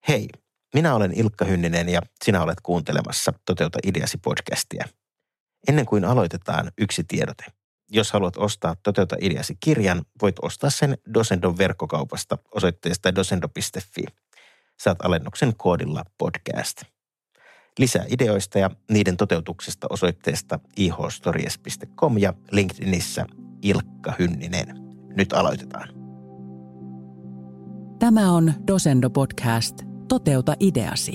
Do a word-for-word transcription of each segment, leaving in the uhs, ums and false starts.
Hei, minä olen Ilkka Hynninen ja sinä olet kuuntelemassa Toteuta ideasi podcastia. Ennen kuin aloitetaan yksi tiedote. Jos haluat ostaa Toteuta ideasi kirjan, voit ostaa sen Dosendon verkkokaupasta osoitteesta dosendo piste fi. Saat alennuksen koodilla podcast. Lisää ideoista ja niiden toteutuksesta osoitteesta i h stories piste com ja LinkedInissä Ilkka Hynninen. Nyt aloitetaan. Tämä on Dosendo podcast. Toteuta ideasi.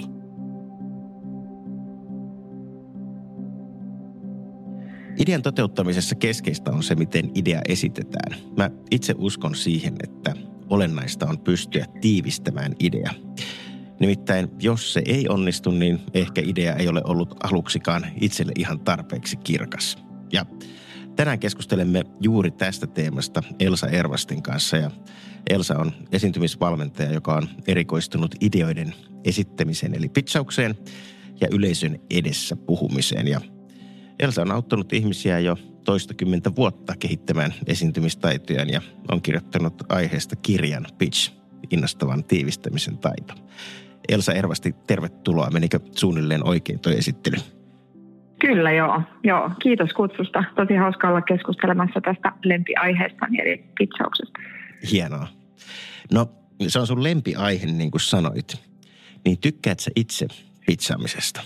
Idean toteuttamisessa keskeistä on se, miten idea esitetään. Mä itse uskon siihen, että olennaista on pystyä tiivistämään idea. Nimittäin, jos se ei onnistu, niin ehkä idea ei ole ollut aluksikaan itselle ihan tarpeeksi kirkas. Ja tänään keskustelemme juuri tästä teemasta Elsa Ervastin kanssa. Ja Elsa on esiintymisvalmentaja, joka on erikoistunut ideoiden esittämiseen eli pitchaukseen ja yleisön edessä puhumiseen. Ja Elsa on auttanut ihmisiä jo toistakymmentä vuotta kehittämään esiintymistaitojaan ja on kirjoittanut aiheesta kirjan Pitch, innostavan tiivistämisen taito. Elsa Ervasti, tervetuloa. Menikö suunnilleen oikein toi esittely? Kyllä joo. joo. Kiitos kutsusta. Tosi hauska olla keskustelemassa tästä lempiaiheestani eli pitchauksesta. Hienoa. No se on sun lempiaihe niin kuin sanoit. Niin tykkäät sä itse pitchaamisesta?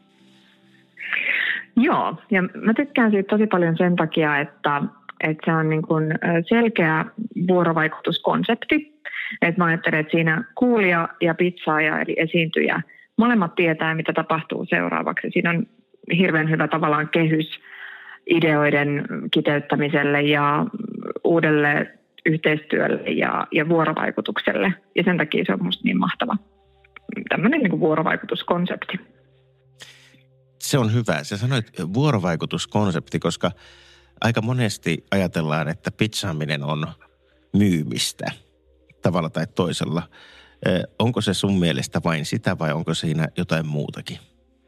Joo, ja mä tykkään siitä tosi paljon sen takia, että, että se on niin kuin selkeä vuorovaikutuskonsepti. Että mä ajattelen, että siinä kuulija ja pitsaaja eli esiintyjä molemmat tietää, mitä tapahtuu seuraavaksi. Siinä on hirveän hyvä tavallaan kehys ideoiden kiteyttämiselle ja uudelle yhteistyölle ja, ja vuorovaikutukselle. Ja sen takia se on musta niin mahtava tämmöinen niin kuin vuorovaikutuskonsepti. Se on hyvä. Sä sanoit vuorovaikutuskonsepti, koska aika monesti ajatellaan, että pitchaaminen on myymistä tavalla tai toisella. Onko se sun mielestä vain sitä vai onko siinä jotain muutakin?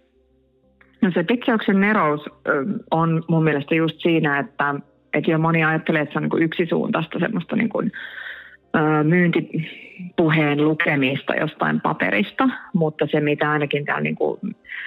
No se pitchauksen nerous on mun mielestä just siinä, että, että jo moni ajattelee, että se on niin kuin yksisuuntaista semmoista niin kuin myyntipuheen lukemista jostain paperista, mutta se mitä ainakin täällä niin kuin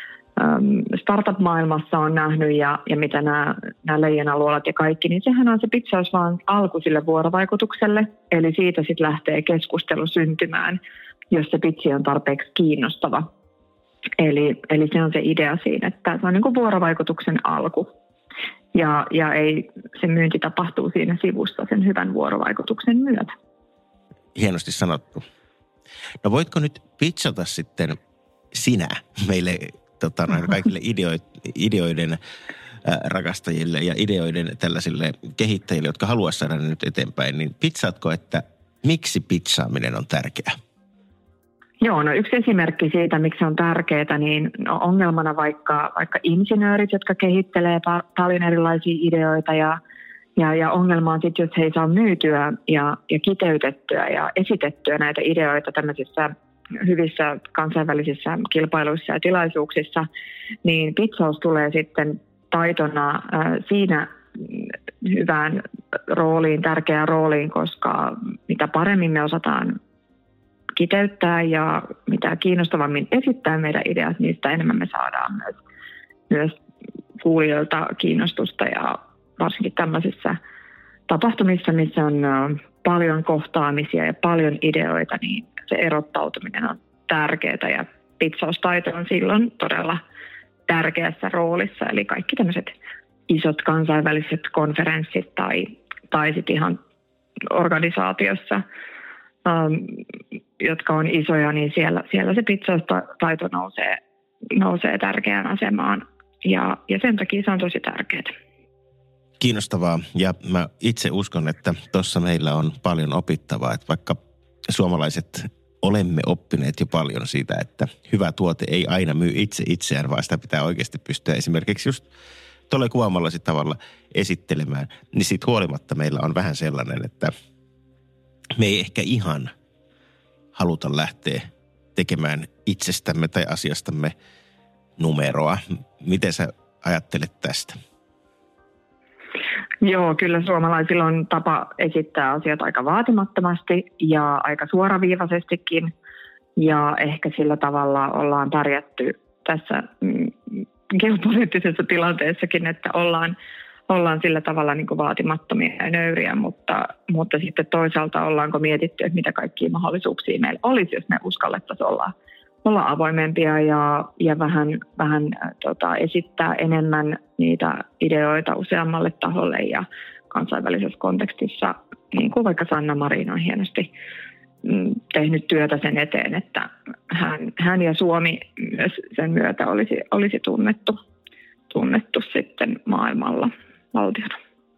startup-maailmassa on nähnyt ja, ja mitä nämä, nämä leijonaluolat ja kaikki, niin sehän on se pitchaus vaan alku sille vuorovaikutukselle. Eli siitä sitten lähtee keskustelu syntymään, jos se pitchi on tarpeeksi kiinnostava. Eli, eli se on se idea siinä, että se on niin kuin vuorovaikutuksen alku. Ja, ja ei, se myynti tapahtuu siinä sivussa sen hyvän vuorovaikutuksen myötä. Hienosti sanottu. No voitko nyt pitchata sitten sinä meille Tota, kaikille ideoiden rakastajille ja ideoiden tällaisille kehittäjille, jotka haluaisi saada ne nyt eteenpäin, niin pitsaatko, että miksi pitchaaminen on tärkeää? Joo, no yksi esimerkki siitä, miksi se on tärkeää, niin no ongelmana vaikka, vaikka insinöörit, jotka kehittelee pa- paljon erilaisia ideoita ja, ja, ja ongelma on sitten, jos he ei saa myytyä ja, ja kiteytettyä ja esitettyä näitä ideoita tämmöisissä hyvissä kansainvälisissä kilpailuissa ja tilaisuuksissa, niin pitchaus tulee sitten taitona siinä hyvään rooliin, tärkeään rooliin, koska mitä paremmin me osataan kiteyttää ja mitä kiinnostavammin esittää meidän ideat, niin sitä enemmän me saadaan myös, myös kuulijoilta kiinnostusta ja varsinkin tämmöisissä tapahtumissa, missä on paljon kohtaamisia ja paljon ideoita, niin se erottautuminen on tärkeää ja pitsaustaito on silloin todella tärkeässä roolissa. Eli kaikki tämmöiset isot kansainväliset konferenssit tai, tai sitten ihan organisaatiossa, um, jotka on isoja, niin siellä, siellä se pitsaustaito nousee, nousee tärkeään asemaan ja, ja sen takia se on tosi tärkeää. Kiinnostavaa ja mä itse uskon, että tuossa meillä on paljon opittavaa, että vaikka suomalaiset olemme oppineet jo paljon siitä, että hyvä tuote ei aina myy itse itseään, vaan sitä pitää oikeasti pystyä esimerkiksi just tuolla kuvaamallasi tavalla esittelemään. Niin siitä huolimatta meillä on vähän sellainen, että me ei ehkä ihan haluta lähteä tekemään itsestämme tai asiastamme numeroa. Miten sä ajattelet tästä? Joo, kyllä suomalaisilla on tapa esittää asiat aika vaatimattomasti ja aika suoraviivaisestikin. ja ehkä sillä tavalla ollaan pärjätty tässä geopoliittisessa tilanteessakin, että ollaan, ollaan sillä tavalla niin kuin vaatimattomia ja nöyriä, mutta, mutta sitten toisaalta ollaanko mietitty, että mitä kaikkia mahdollisuuksia meillä olisi, jos me uskallettaisiin olla, olla avoimempia ja, ja vähän, vähän tota, esittää enemmän niitä ideoita useammalle taholle ja kansainvälisessä kontekstissa, niin kuin vaikka Sanna Marin on hienosti tehnyt työtä sen eteen, että hän, hän ja Suomi myös sen myötä olisi, olisi tunnettu, tunnettu sitten maailmalla valtiona.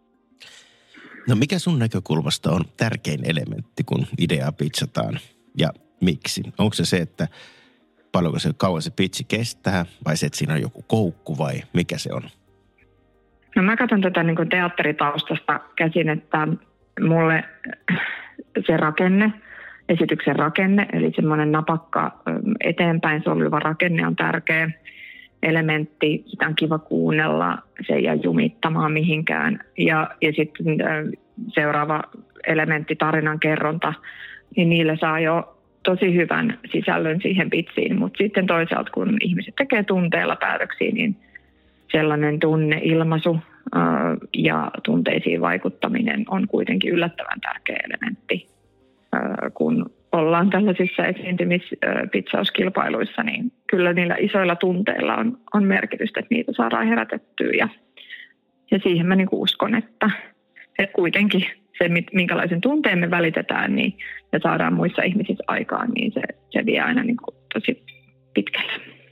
No mikä sun näkökulmasta on tärkein elementti, kun ideaa pitchataan ja miksi? Onko se se, että paljonko se kauan se pitchi kestää vai se, että siinä on joku koukku vai mikä se on? No mä katson tätä niin kuin teatteritaustasta käsin, että mulle se rakenne, esityksen rakenne, eli semmoinen napakka eteenpäin soljuva rakenne on tärkeä elementti. Sitä on kiva kuunnella, se ei jää jumittamaan mihinkään. Ja, ja sitten seuraava elementti, tarinan kerronta, niin niillä saa jo tosi hyvän sisällön siihen pitsiin. Mutta sitten toisaalta, kun ihmiset tekee tunteella päätöksiä, niin sellainen tunneilmaisu ja tunteisiin vaikuttaminen on kuitenkin yllättävän tärkeä elementti. Kun ollaan tällaisissa esiintymispitsauskilpailuissa, niin kyllä niillä isoilla tunteilla on, on merkitystä, että niitä saadaan herätettyä. Ja, ja siihen mä niin kuin uskon, että, että kuitenkin se, minkälaisen tunteen me välitetään niin, ja saadaan muissa ihmisissä aikaan, niin se, se vie aina niin kuin tosi pitkälle.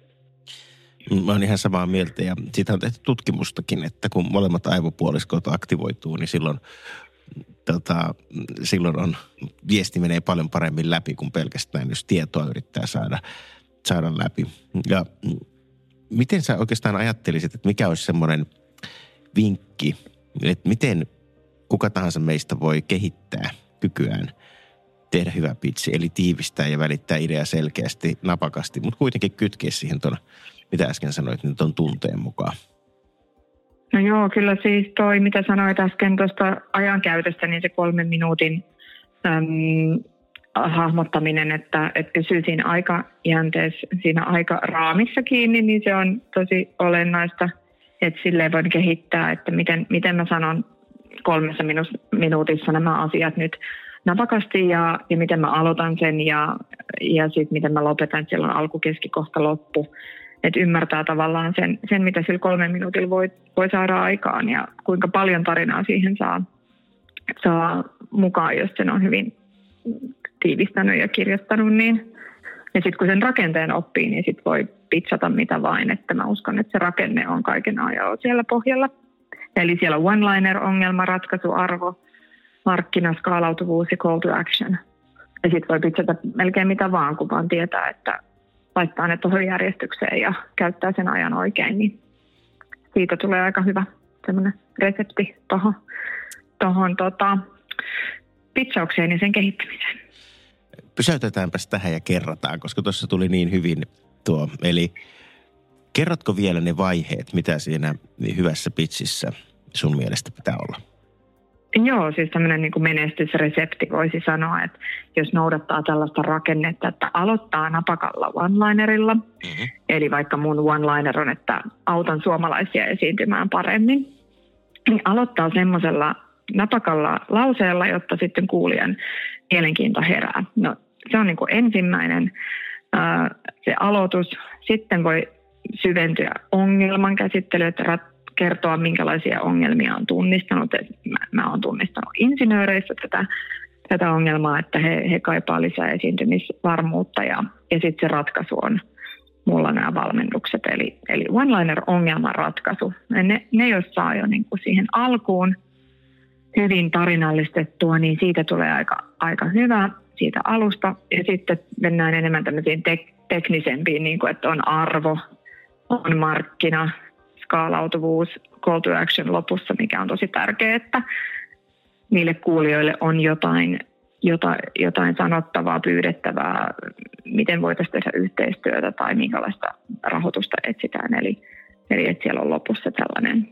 Mä oon ihan samaa mieltä ja siitä on tehty tutkimustakin, että kun molemmat aivopuoliskot aktivoituu, niin silloin, tota, silloin on, viesti menee paljon paremmin läpi kuin pelkästään, jos tietoa yrittää saada, saada läpi. Ja miten sä oikeastaan ajattelisit, että mikä olisi semmoinen vinkki, että miten kuka tahansa meistä voi kehittää kykyään tehdä hyvä pitsi, eli tiivistää ja välittää idea selkeästi, napakasti, mutta kuitenkin kytkeä siihen tuon, mitä äsken sanoit, niin tuon tunteen mukaan. No joo, kyllä siis toi, mitä sanoit äsken tuosta ajankäytöstä, niin se kolmen minuutin äm, hahmottaminen, että, että pysyy siinä aikajänteessä, siinä aikaraamissa kiinni, niin se on tosi olennaista, että silleen voin kehittää, että miten, miten mä sanon kolmessa minu- minuutissa nämä asiat nyt napakasti ja, ja miten mä aloitan sen ja, ja sitten miten mä lopetan, että siellä on alku, keski, kohta, loppu. Että ymmärtää tavallaan sen, sen, mitä sillä kolmen minuutilla voi, voi saada aikaan ja kuinka paljon tarinaa siihen saa, saa mukaan, jos sen on hyvin tiivistänyt ja kirjoittanut. Niin. Ja sitten kun sen rakenteen oppii, niin sitten voi pitsata mitä vain, että mä uskon, että se rakenne on kaiken ajan siellä pohjalla. Eli siellä on one-liner-ongelma, ratkaisu, arvo, markkina, skaalautuvuus ja call to action. Ja sitten voi pitsata melkein mitä vaan, kun vaan tietää, että laittaa ne tuohon järjestykseen ja käyttää sen ajan oikein, niin siitä tulee aika hyvä semmoinen resepti tuohon tohon, tota, pitsaukseen ja sen kehittämiseen. Pysäytetäänpäs tähän ja kerrataan, koska tuossa tuli niin hyvin tuo. Eli kerrotko vielä ne vaiheet, mitä siinä hyvässä pitsissä sun mielestä pitää olla? Joo, siis tämmöinen niin kuin menestysresepti voisi sanoa, että jos noudattaa tällaista rakennetta, että aloittaa napakalla one-linerilla, mm-hmm. eli vaikka mun one-liner on, että autan suomalaisia esiintymään paremmin, niin aloittaa semmoisella napakalla lauseella, jotta sitten kuulijan mielenkiinto herää. No, se on niin kuin ensimmäinen äh, se aloitus. Sitten voi syventyä ongelman käsittelyyn, että rat- kertoa, minkälaisia ongelmia on tunnistanut. Mä, mä oon tunnistanut insinööreissä tätä, tätä ongelmaa, että he, he kaipaa lisää esiintymisvarmuutta ja, ja sitten se ratkaisu on mulla nämä valmennukset. Eli, eli one-liner-ongelman ratkaisu. Ne, ne jos saa jo niin kuin siihen alkuun hyvin tarinallistettua, niin siitä tulee aika, aika hyvä siitä alusta. Ja sitten mennään enemmän tämmöisiin tek, teknisempiin, niin kuin että on arvo, on markkina, skaalautuvuus, call to action lopussa, mikä on tosi tärkeää, että niille kuulijoille on jotain, jotain, jotain sanottavaa, pyydettävää, miten voitaisiin tehdä yhteistyötä tai minkälaista rahoitusta etsitään. Eli, eli että siellä on lopussa tällainen,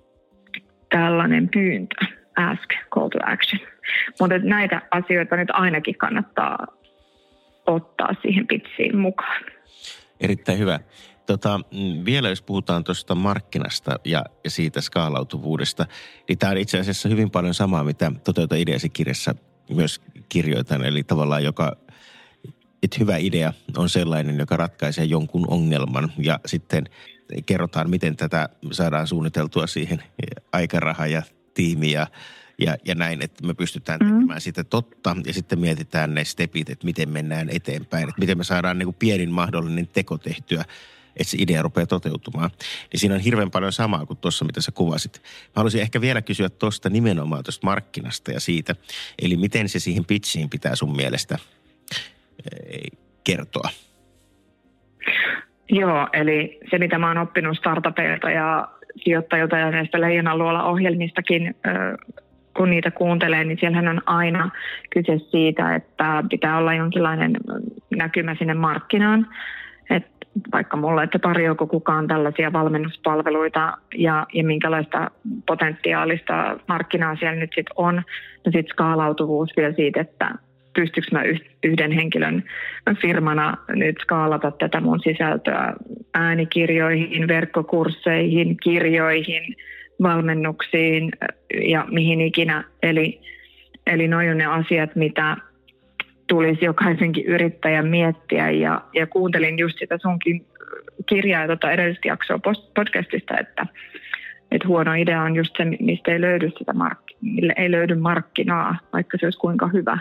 tällainen pyyntö, ask, call to action. Mutta näitä asioita nyt ainakin kannattaa ottaa siihen pitsiin mukaan. Erittäin hyvä. Tota, vielä jos puhutaan tuosta markkinasta ja, ja siitä skaalautuvuudesta, niin tämä on itse asiassa hyvin paljon samaa, mitä Toteuta ideasi -kirjassa myös kirjoitan. Eli tavallaan joka, että hyvä idea on sellainen, joka ratkaisee jonkun ongelman ja sitten kerrotaan, miten tätä saadaan suunniteltua siihen aikaraha ja tiimi ja, ja, ja näin, että me pystytään tekemään mm. sitä totta ja sitten mietitään ne stepit, että miten mennään eteenpäin, että miten me saadaan niin kuin pienin mahdollinen teko tehtyä, että se idea rupeaa toteutumaan. Niin siinä on hirveän paljon samaa kuin tuossa, mitä sä kuvasit. Mä haluaisin ehkä vielä kysyä tuosta nimenomaan tuosta markkinasta ja siitä, eli miten se siihen pitchiin pitää sun mielestä kertoa? Joo, eli se mitä mä oon oppinut startupeilta ja sijoittajilta ja näistä Leijonaluola-ohjelmistakin, kun niitä kuuntelee, niin siellähän on aina kyse siitä, että pitää olla jonkinlainen näkymä sinne markkinaan. Että vaikka mulla, että tarjoako kukaan tällaisia valmennuspalveluita ja, ja minkälaista potentiaalista markkinaa siellä nyt sitten on. No sitten skaalautuvuus vielä siitä, että pystyykö mä yhden henkilön firmana nyt skaalata tätä mun sisältöä äänikirjoihin, verkkokursseihin, kirjoihin, valmennuksiin ja mihin ikinä. Eli, eli noi on ne asiat, mitä tulisi jokaisenkin yrittäjän miettiä. Ja, ja kuuntelin just sitä sunkin kirjaa tuota edellistä jaksoa podcastista, että, että huono idea on just se, mistä ei löydy sitä mark- mille ei löydy markkinaa, vaikka se olisi kuinka hyvä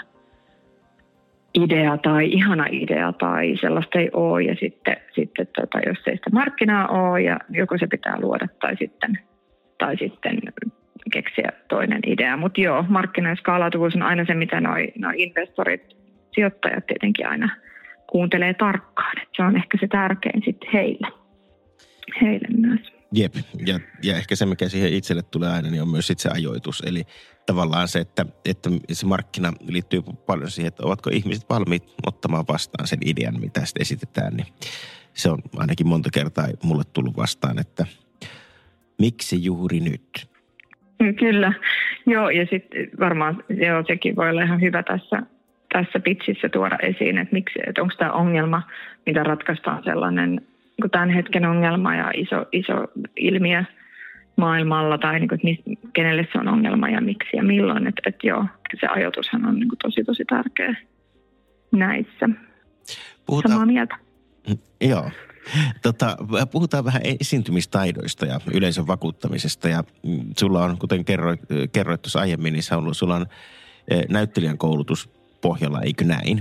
idea tai ihana idea tai sellaista ei ole. Ja sitten, sitten tota, jos ei sitä markkinaa ole, ja joko se pitää luoda tai sitten, tai sitten keksiä toinen idea. Mutta joo, markkina- ja skaalautuvuus on aina se, mitä noi, noi investorit, sijoittajat tietenkin aina kuuntelee tarkkaan. Et se on ehkä se tärkein sitten heille, heille myös. Jep, ja, ja ehkä se, mikä siihen itselle tulee aina, niin on myös sit se ajoitus. Eli tavallaan se, että, että se markkina liittyy paljon siihen, että ovatko ihmiset valmiit ottamaan vastaan sen idean, mitä sitten esitetään. Niin se on ainakin monta kertaa mulle tullut vastaan, että miksi juuri nyt? Kyllä, joo, ja sitten varmaan joo, sekin voi olla ihan hyvä tässä, tässä pitchissä tuoda esiin, että, miksi, että onko tämä ongelma, mitä ratkaistaan sellainen niin tämän hetken ongelma ja iso, iso ilmiö maailmalla tai niin kuin, että kenelle se on ongelma ja miksi ja milloin. Että, että joo, se ajoitushan on niin kuin tosi tosi tärkeä näissä. Puhutaan, samaa mieltä. Joo. Tota, puhutaan vähän esiintymistaidoista ja yleisön vakuuttamisesta ja sulla on, kuten kerroit, kerroit tuossa aiemmin, niin sulla on näyttelijän koulutus pohjalla, eikö näin?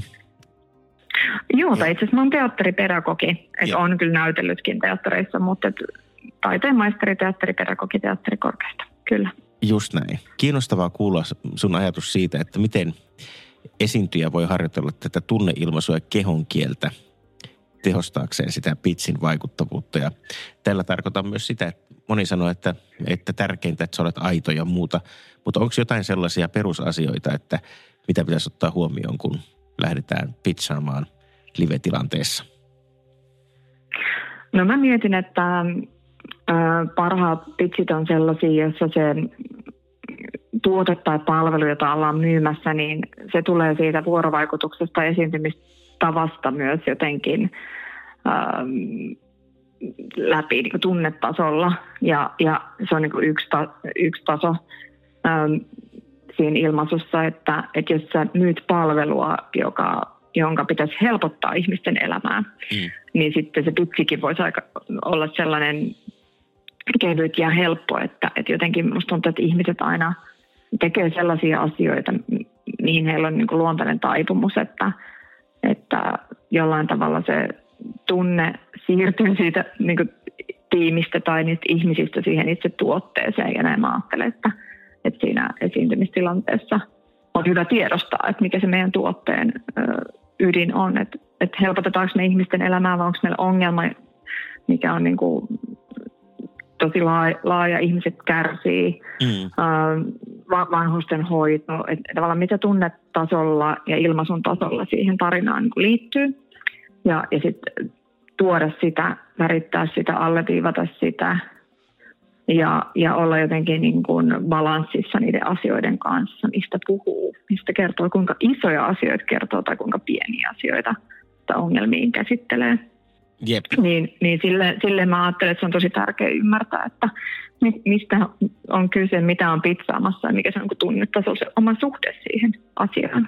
Joo, tai itse asiassa mä oon teatteripedagogi, että on kyllä näytellytkin teattereissa, mutta taiteenmaisteri, teatteripedagogi, teatterikorkeasta, kyllä. Just näin. Kiinnostavaa kuulla sun ajatus siitä, että miten esiintyjä voi harjoitella tätä tunneilmaisua ja kehonkieltä tehostaakseen sitä pitchin vaikuttavuutta. Ja tällä tarkoitan myös sitä, että moni sanoo, että, että tärkeintä, että sä olet aito ja muuta, mutta onko jotain sellaisia perusasioita, että mitä pitäisi ottaa huomioon, kun lähdetään pitchaamaan live-tilanteessa? No mä mietin, että äh, parhaat pitchit on sellaisia, joissa se tuote tai palvelu, jota ollaan myymässä, niin se tulee siitä vuorovaikutuksesta, esiintymistavasta myös jotenkin ähm, läpi niin kuin tunnetasolla. Ja, ja se on niin kuin yksi, ta, yksi taso ähm, siinä ilmaisussa, että, että jos sä myyt palvelua, joka, jonka pitäisi helpottaa ihmisten elämää, mm. niin sitten se pitchikin voisi aika olla sellainen kevyt ja helppo, että, että jotenkin musta tuntuu, että ihmiset aina tekee sellaisia asioita, mihin heillä on niin kuin luontainen taipumus, että, että jollain tavalla se tunne siirtyy siitä niin kuin tiimistä tai niistä ihmisistä siihen itse tuotteeseen. Ja näin mä ajattelen, että, että siinä esiintymistilanteessa on hyvä tiedostaa, että mikä se meidän tuotteen ydin on. Että, että helpotetaanko me ihmisten elämää vai onko meillä ongelma, mikä on niin kuin tosi laaja, laaja, ihmiset kärsii, mm. äh, vanhusten hoito, että tavallaan mitä tunnetasolla ja ilmaisun tasolla siihen tarinaan niin kuin liittyy. Ja, ja sitten tuoda sitä, värittää sitä, alleviivata sitä ja, ja olla jotenkin niin kuin balanssissa niiden asioiden kanssa, mistä puhuu, mistä kertoo, kuinka isoja asioita kertoo tai kuinka pieniä asioita ongelmiin käsittelee. Jep. Niin, niin sille, sille mä ajattelen, että se on tosi tärkeää ymmärtää, että mistä on kyse, mitä on pitsaamassa ja mikä se on tunnetasolla se oma suhde siihen asiaan.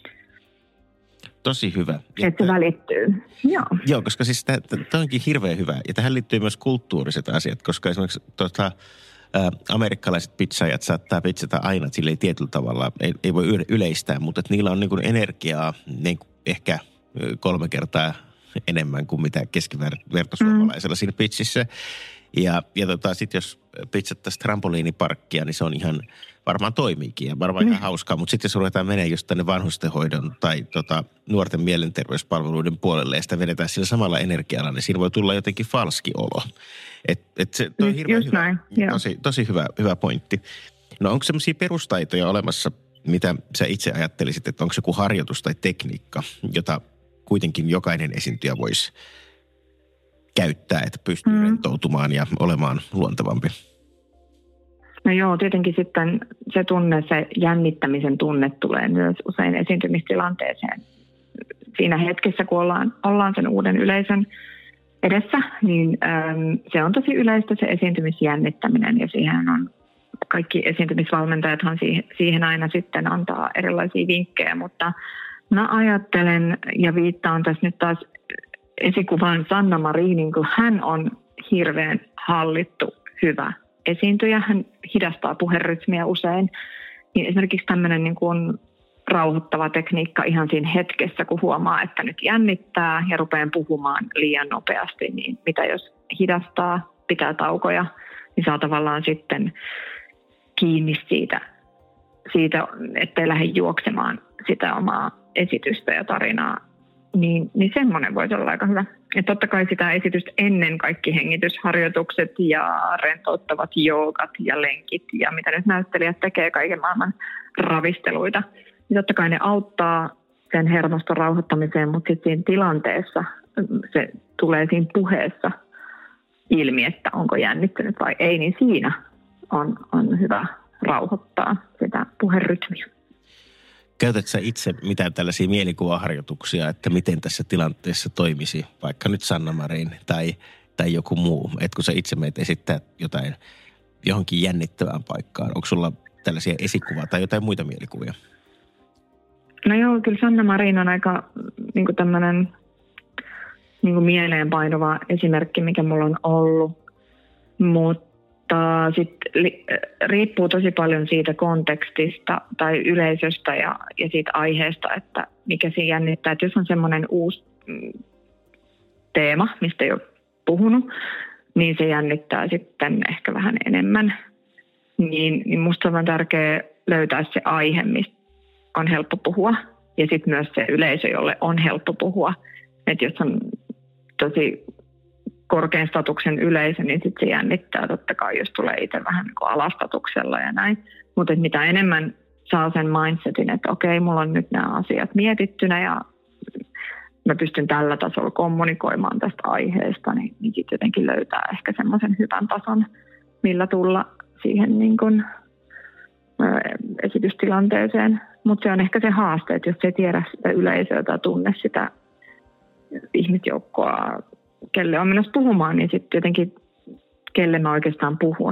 Tosi hyvä. Että se välittyy. Joo. Joo, koska siis tämä onkin hirveän hyvä. Ja tähän liittyy myös kulttuuriset asiat, koska esimerkiksi tota, ä, amerikkalaiset pitsaajat saattaa pitsata aina silleen tietyllä tavalla. Ei, ei voi yleistää, mutta että niillä on niin kuin energiaa niin kuin ehkä kolme kertaa enemmän kuin mitä keskivertosuomalaisella mm. siinä pitsissä. Ja, ja tota, sitten jos pitsattaisiin trampoliiniparkkia, niin se on ihan, varmaan toimiikin ja varmaan mm. ihan hauskaa. Mutta sitten jos ruvetaan menemään just tänne vanhustenhoidon tai tota, nuorten mielenterveyspalveluiden puolelle ja sitä vedetään sillä samalla energialla, niin siinä voi tulla jotenkin falski olo. Et, et se toi on hirveän just hyvä, näin, tosi, tosi hyvä, hyvä pointti. No onko semmoisia perustaitoja olemassa, mitä sä itse ajattelisit, että onko se joku harjoitus tai tekniikka, jota kuitenkin jokainen esiintyjä voisi käyttää, että pystyy mm. rentoutumaan ja olemaan luontevampi? No joo, tietenkin sitten se tunne, se jännittämisen tunne tulee myös usein esiintymistilanteeseen. Siinä hetkessä, kun ollaan, ollaan sen uuden yleisön edessä, niin äm, se on tosi yleistä se esiintymisjännittäminen ja siihen on kaikki esiintymisvalmentajathan siihen, siihen aina sitten antaa erilaisia vinkkejä, mutta mä ajattelen ja viittaan tässä nyt taas esikuvan Sanna Marinin, kun hän on hirveän hallittu, hyvä esiintyjä. Hän hidastaa puherytmiä usein. Niin esimerkiksi tämmöinen niin kuin rauhoittava tekniikka ihan siinä hetkessä, kun huomaa, että nyt jännittää ja rupeaa puhumaan liian nopeasti, niin mitä jos hidastaa, pitää taukoja, niin saa tavallaan sitten kiinni siitä, siitä ettei lähde juoksemaan sitä omaa esitystä ja tarinaa. Niin, niin semmoinen voisi olla aika hyvä. Ja totta kai sitä esitystä ennen kaikki hengitysharjoitukset ja rentouttavat joogat ja lenkit ja mitä nyt näyttelijät tekee kaiken maailman ravisteluita. Niin totta kai ne auttaa sen hermoston rauhoittamiseen, mutta sitten siinä tilanteessa se tulee siinä puheessa ilmi, että onko jännittynyt vai ei, niin siinä on, on hyvä rauhoittaa sitä puherytmiä. Käytätkö sä itse mitään tällaisia mielikuvaharjoituksia, että miten tässä tilanteessa toimisi vaikka nyt Sanna Marin tai, tai joku muu? Että kun sä itse meet esittää jotain johonkin jännittävään paikkaan, onko sulla tällaisia esikuvia tai jotain muita mielikuvia? No joo, kyllä Sanna Marin on aika niin kuin tämmöinen niin kuin mieleenpainuva esimerkki, mikä mulla on ollut, mutta sitten riippuu tosi paljon siitä kontekstista tai yleisöstä ja, ja siitä aiheesta, että mikä siinä jännittää. Että jos on semmoinen uusi teema, mistä ei ole puhunut, niin se jännittää sitten ehkä vähän enemmän. Niin, niin musta on tärkeää löytää se aihe, mistä on helppo puhua ja sitten myös se yleisö, jolle on helppo puhua. Että jos on tosi korkean statuksen yleisö, niin sitten se jännittää totta kai, jos tulee itse vähän niin kuin alastatuksella ja näin. Mutta mitä enemmän saa sen mindsetin, että okei, mulla on nyt nämä asiat mietittynä ja mä pystyn tällä tasolla kommunikoimaan tästä aiheesta, niin, niin sitten jotenkin löytää ehkä semmoisen hyvän tason, millä tulla siihen niin kuin, ä, esitystilanteeseen. Mutta se on ehkä se haaste, että jos ei tiedä sitä yleisöä tai tunne sitä ihmisjoukkoa, kelle on menossa puhumaan, niin sitten jotenkin, kelle mä oikeastaan puhun.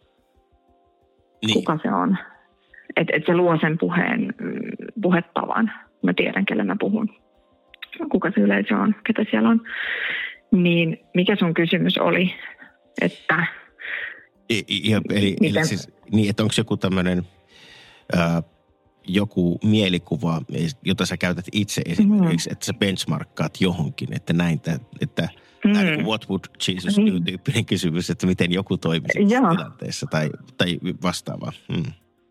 Niin. Kuka se on. Että et se luo sen puheen, puhettavan. Mä tiedän, kelle mä puhun. Kuka se yleisö on, ketä siellä on. Niin mikä sun kysymys oli, että... Ja, eli, eli siis, niin, että onko joku tämmöinen... Äh, joku mielikuva, jota sä käytät itse esimerkiksi, mm. että sä benchmarkkaat johonkin, että näin, että mm. tämä niin kuin what would Jesus do -tyyppinen kysymys, että miten joku toimisi tilanteessa tai, tai vastaavaa. Mm.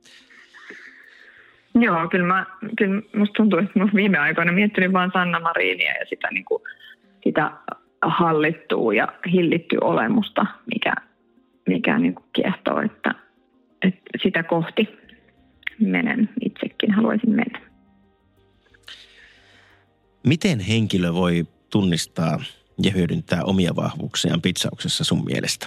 Joo, kyllä, mä, kyllä musta tuntuu, että mä viime aikoina miettinyt vaan Sanna Marinia ja sitä, niin kuin, sitä hallittua ja hillittyä olemusta, mikä, mikä niin kuin kiehtoo, että, että sitä kohti menen itsekin, haluaisin mennä. Miten henkilö voi tunnistaa ja hyödyntää omia vahvuuksiaan pitsauksessa sun mielestä?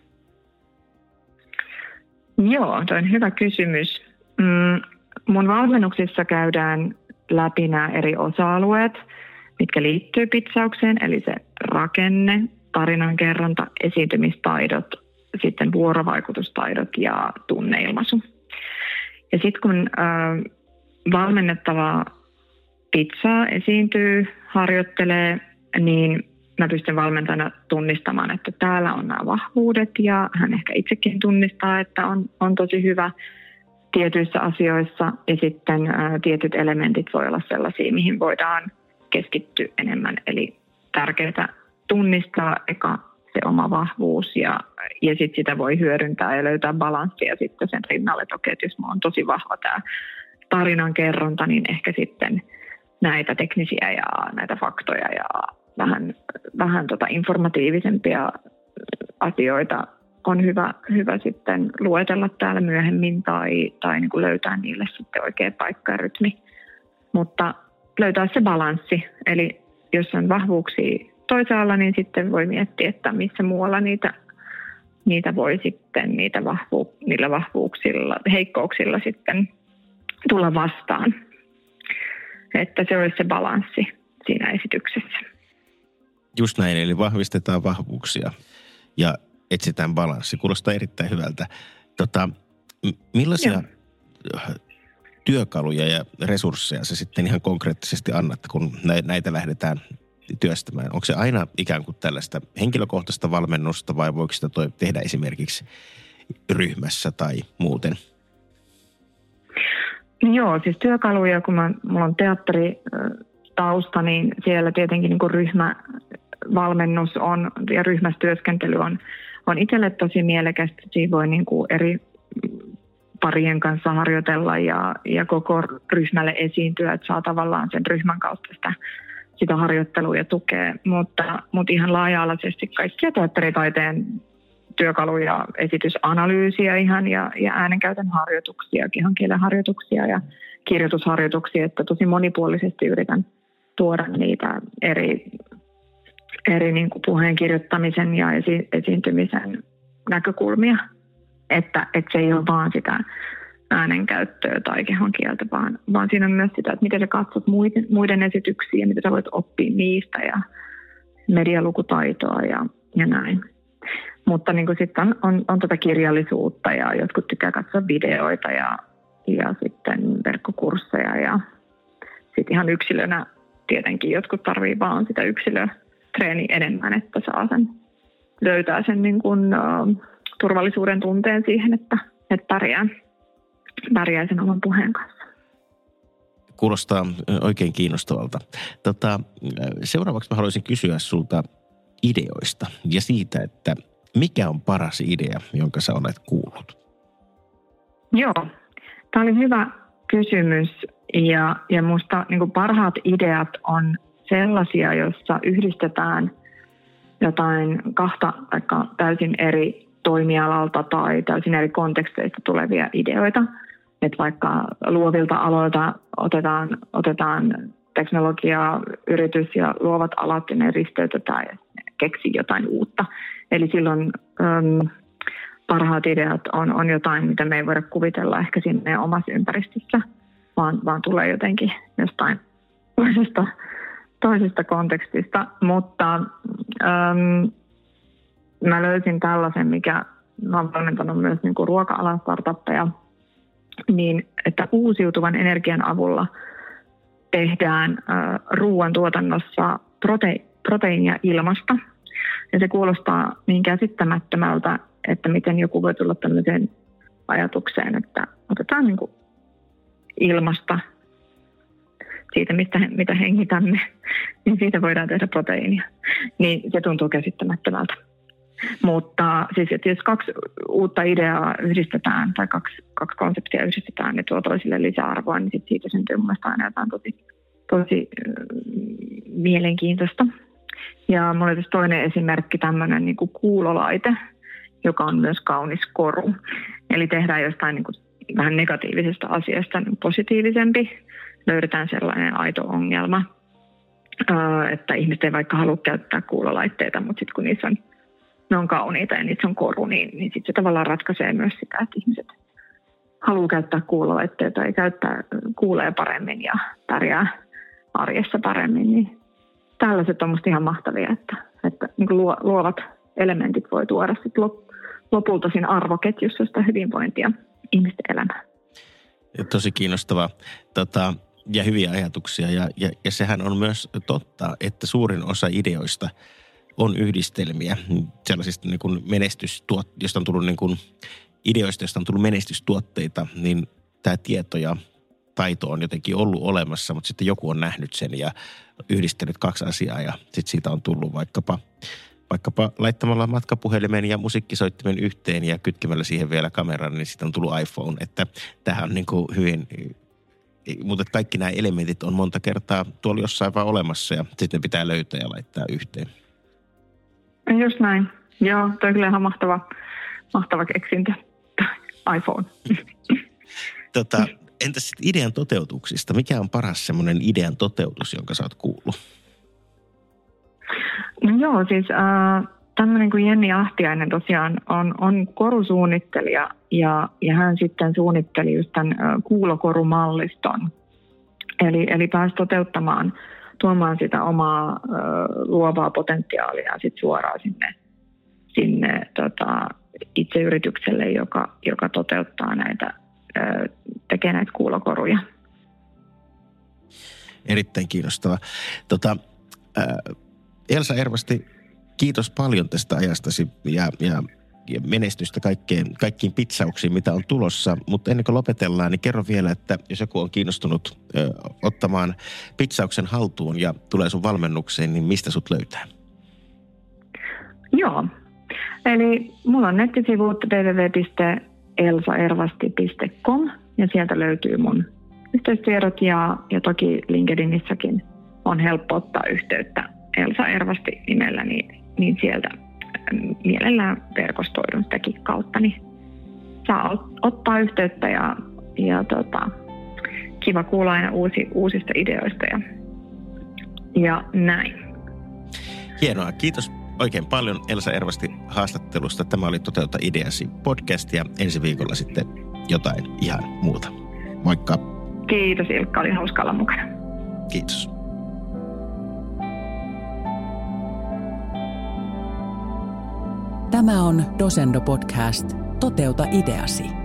Joo, toi on hyvä kysymys. Mm, mun valmennuksissa käydään läpi nämä eri osa-alueet mitkä liittyy pitsaukseen, eli se rakenne, tarinankerronta, esiintymistaidot, sitten vuorovaikutustaidot ja tunneilmaisu. Ja sitten kun äh, valmennettava pitsaa esiintyy, harjoittelee, niin mä pystyn valmentajana tunnistamaan, että täällä on nämä vahvuudet ja hän ehkä itsekin tunnistaa, että on, on tosi hyvä tietyissä asioissa ja sitten ää, tietyt elementit voi olla sellaisia, mihin voidaan keskittyä enemmän. Eli tärkeää tunnistaa eka se oma vahvuus ja, ja sitten sitä voi hyödyntää ja löytää balanssia sitten sen rinnalle, että okei, että jos mä on tosi vahva tämä tarinan kerronta, niin ehkä sitten näitä teknisiä ja näitä faktoja ja vähän, vähän tota informatiivisempia asioita on hyvä, hyvä sitten luetella täällä myöhemmin tai, tai niin kuin löytää niille sitten oikea paikka ja rytmi. Mutta löytää se balanssi, eli jos on vahvuuksia toisaalla, niin sitten voi miettiä, että missä muualla niitä, niitä voi sitten niitä vahvu, niillä vahvuuksilla, heikkouksilla sitten tulla vastaan. Että se olisi se balanssi siinä esityksessä. Just näin, eli vahvistetaan vahvuuksia ja etsitään balanssi. Kuulostaa erittäin hyvältä. Tota, millaisia Joo. työkaluja ja resursseja se sitten ihan konkreettisesti annat, kun näitä lähdetään työstämään? Onko se aina ikään kuin tällaista henkilökohtaista valmennusta vai voiko sitä tehdä esimerkiksi ryhmässä tai muuten? Joo, siis työkaluja, kun mä, mulla on teatteritausta, niin siellä tietenkin niin kuin ryhmävalmennus on ja ryhmässä työskentely on, on itselle tosi mielekästä. Siinä voi niin kuin eri parien kanssa harjoitella ja, ja koko ryhmälle esiintyä, että saa tavallaan sen ryhmän kautta sitä, sitä harjoittelua ja tukea. Mutta, mutta ihan laaja-alaisesti kaikkia teatteritaiteen työkaluja, esitysanalyysiä ihan ja, ja äänenkäytön harjoituksia, kehonkielen harjoituksia ja kirjoitusharjoituksia, että tosi monipuolisesti yritän tuoda niitä eri, eri niin kuin puheen kirjoittamisen ja esi- esiintymisen näkökulmia, että, että se ei ole vaan sitä äänenkäyttöä tai kehonkieltä, vaan, vaan siinä on myös sitä, että miten sä katsot muiden, muiden esityksiä ja mitä sä voit oppia niistä ja medialukutaitoa ja, ja näin. Mutta niin sitten on, on, on tätä kirjallisuutta ja jotkut tykkää katsoa videoita ja, ja sitten verkkokursseja ja sitten ihan yksilönä tietenkin jotkut tarvii vaan sitä yksilötreeniä enemmän, että saa sen, löytää sen niin kuin, uh, turvallisuuden tunteen siihen, että, että pärjää, pärjää sen oman puheen kanssa. Kuulostaa oikein kiinnostavalta. Tota, seuraavaksi mä haluaisin kysyä sulta ideoista ja siitä, että mikä on paras idea, jonka sä olet kuullut? Joo, tämä oli hyvä kysymys ja, ja musta niin kuin parhaat ideat on sellaisia, joissa yhdistetään jotain kahta vaikka täysin eri toimialalta tai täysin eri konteksteista tulevia ideoita. Että vaikka luovilta aloilta otetaan, otetaan teknologia, yritys ja luovat alat ja ne risteytetään ja keksii jotain uutta. Eli silloin äm, parhaat ideat on, on jotain, mitä me ei voida kuvitella ehkä sinne omassa ympäristössä, vaan, vaan tulee jotenkin jostain toisesta, toisesta kontekstista. Mutta äm, mä löysin tällaisen, mikä mä oon valmentanut myös niin kuin ruoka-alan startuppeja, niin että uusiutuvan energian avulla tehdään äh, ruoantuotannossa prote- proteiinia ilmasta. Ja se kuulostaa niin käsittämättömältä, että miten joku voi tulla tämmöiseen ajatukseen, että otetaan niin kuin ilmasta, siitä mistä, mitä hengitämme, niin siitä voidaan tehdä proteiinia. Niin se tuntuu käsittämättömältä. Mutta siis, että jos kaksi uutta ideaa yhdistetään tai kaksi, kaksi konseptia yhdistetään, niin tuo toisille lisäarvoa, niin sit siitä syntyy mun mielestä aina jotain tosi, tosi äh, mielenkiintoista. Ja mulla oli toinen esimerkki, tämmöinen niin kuin kuulolaite, joka on myös kaunis koru. Eli tehdään jostain niin kuin vähän negatiivisesta asiasta niin positiivisempi. Löydetään sellainen aito ongelma, äh, että ihmiset ei vaikka halua käyttää kuulolaitteita, mutta sitten kun niissä on ne on kauniita ja niissä on koru, niin, niin sitten se tavallaan ratkaisee myös sitä, että ihmiset haluaa käyttää kuulolaitteita ja käyttää, kuulee paremmin ja pärjää arjessa paremmin. Niin tällaiset on musta ihan mahtavia, että, että niin kuin luovat elementit voi tuoda sit lopulta siinä arvoketjussa sitä hyvinvointia ihmisten elämään. Tosi kiinnostavaa tota, ja hyviä ajatuksia ja, ja, ja sehän on myös totta, että suurin osa ideoista on yhdistelmiä sellaisista niin kuin menestystuot, josta on tullut niin kuin ideoista, joista on tullut menestystuotteita, niin tämä tieto ja taito on jotenkin ollut olemassa, mutta sitten joku on nähnyt sen ja yhdistänyt kaksi asiaa ja sitten siitä on tullut vaikkapa, vaikkapa laittamalla matkapuhelimen ja musiikkisoittimen yhteen ja kytkemällä siihen vielä kameran, niin siitä on tullut iPhone, että tämähän on niin kuin hyvin, mutta kaikki nämä elementit on monta kertaa tuolla jossain vaan olemassa ja sitten ne pitää löytää ja laittaa yhteen. Just näin. Joo, toi on kyllä ihan mahtava, mahtava keksintö. iPhone. Tota, entäs sitten idean toteutuksista? Mikä on paras semmoinen idean toteutus, jonka sä oot kuullut? No joo, siis äh, tämmöinen kuin Jenni Ahtiainen tosiaan on, on korusuunnittelija ja, ja hän sitten suunnitteli just tämän äh, kuulokorumalliston. Eli, eli pääsi toteuttamaan, tuomaan sitä omaa äh, luovaa potentiaalia sit suoraan sinne, sinne tota, itse yritykselle, joka, joka toteuttaa näitä, tekee näitä kuulokoruja. Erittäin kiinnostavaa. Tota, Elsa Ervasti, kiitos paljon tästä ajastasi ja, ja, ja menestystä kaikkeen, kaikkiin pitsauksiin, mitä on tulossa. Mutta ennen kuin lopetellaan, niin kerro vielä, että jos joku on kiinnostunut ö, ottamaan pitsauksen haltuun ja tulee sun valmennukseen, niin mistä sut löytää? Joo. Eli mulla on nettisivut double-u double-u double-u piste elsa ervasti piste com ja sieltä löytyy mun yhteystiedot ja, ja toki LinkedInissäkin on helppo ottaa yhteyttä Elsa Ervasti nimellä, niin, niin sieltä mielellään verkostoidun sitäkin kautta, niin saa ottaa yhteyttä ja, ja tota, kiva kuulla aina uusi, uusista ideoista ja, ja näin. Hienoa, kiitos oikein paljon Elsa Ervasti haastattelusta. Tämä oli Toteuta ideasi podcast ja ensi viikolla sitten jotain ihan muuta. Moikka. Kiitos Ilkka, oli hauska olla mukana. Kiitos. Tämä on Dosendo Podcast. Toteuta ideasi.